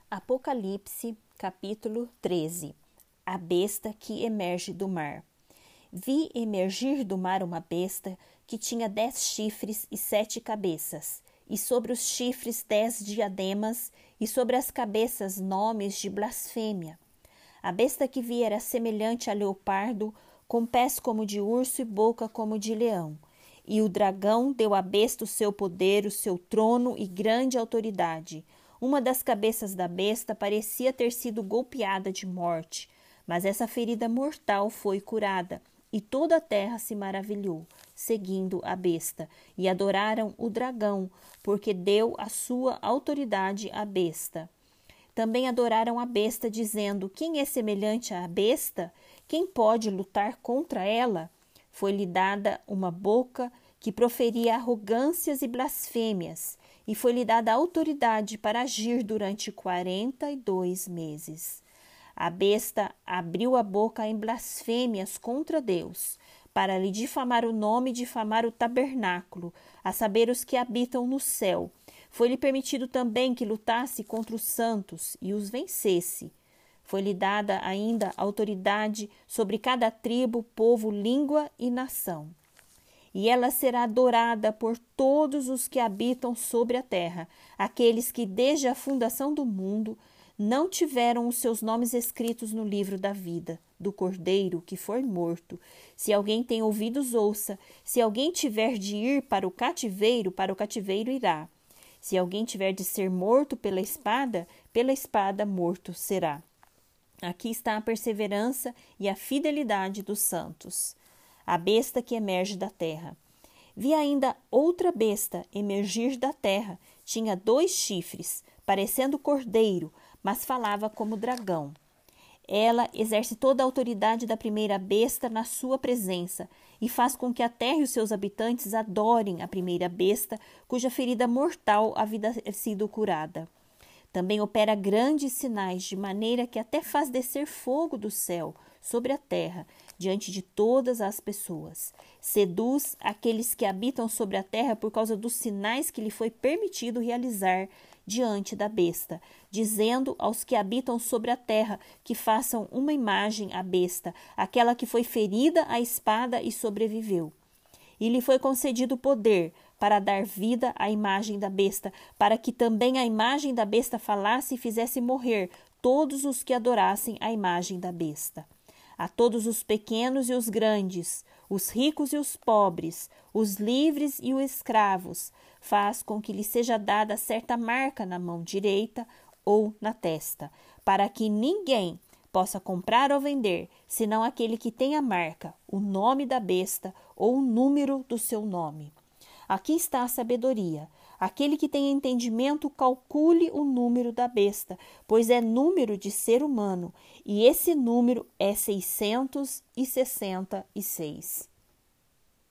Apocalipse, capítulo 13. A besta que emerge do mar. Vi emergir do mar uma besta que tinha 10 chifres e 7 cabeças, e sobre os chifres 10 diademas, e sobre as cabeças nomes de blasfêmia. A besta que vi era semelhante a leopardo, com pés como de urso e boca como de leão. E o dragão deu à besta o seu poder, o seu trono e grande autoridade. Uma das cabeças da besta parecia ter sido golpeada de morte, mas essa ferida mortal foi curada, e toda a terra se maravilhou, seguindo a besta, e adoraram o dragão, porque deu a sua autoridade à besta. Também adoraram a besta, dizendo: quem é semelhante à besta? Quem pode lutar contra ela? Foi-lhe dada uma boca que proferia arrogâncias e blasfêmias, e foi-lhe dada autoridade para agir durante 42 meses. A besta abriu a boca em blasfêmias contra Deus, para lhe difamar o nome e difamar o tabernáculo, a saber, os que habitam no céu. Foi-lhe permitido também que lutasse contra os santos e os vencesse. Foi-lhe dada ainda autoridade sobre cada tribo, povo, língua e nação. E ela será adorada por todos os que habitam sobre a terra, aqueles que desde a fundação do mundo não tiveram os seus nomes escritos no livro da vida, do Cordeiro que foi morto. Se alguém tem ouvidos, ouça. Se alguém tiver de ir para o cativeiro irá. Se alguém tiver de ser morto pela espada morto será. Aqui está a perseverança e a fidelidade dos santos. A besta que emerge da terra. Vi ainda outra besta emergir da terra. Tinha 2 chifres, parecendo cordeiro, mas falava como dragão. Ela exerce toda a autoridade da primeira besta na sua presença e faz com que a terra e os seus habitantes adorem a primeira besta, cuja ferida mortal havia sido curada. Também opera grandes sinais, de maneira que até faz descer fogo do céu sobre a terra, diante de todas as pessoas. Seduz aqueles que habitam sobre a terra por causa dos sinais que lhe foi permitido realizar diante da besta, dizendo aos que habitam sobre a terra que façam uma imagem à besta, aquela que foi ferida à espada e sobreviveu. E lhe foi concedido poder para dar vida à imagem da besta, para que também a imagem da besta falasse e fizesse morrer todos os que adorassem a imagem da besta. A todos os pequenos e os grandes, os ricos e os pobres, os livres e os escravos, faz com que lhe seja dada certa marca na mão direita ou na testa, para que ninguém possa comprar ou vender, senão aquele que tem a marca, o nome da besta ou o número do seu nome. Aqui está a sabedoria. Aquele que tem entendimento, calcule o número da besta, pois é número de ser humano, e esse número é 666.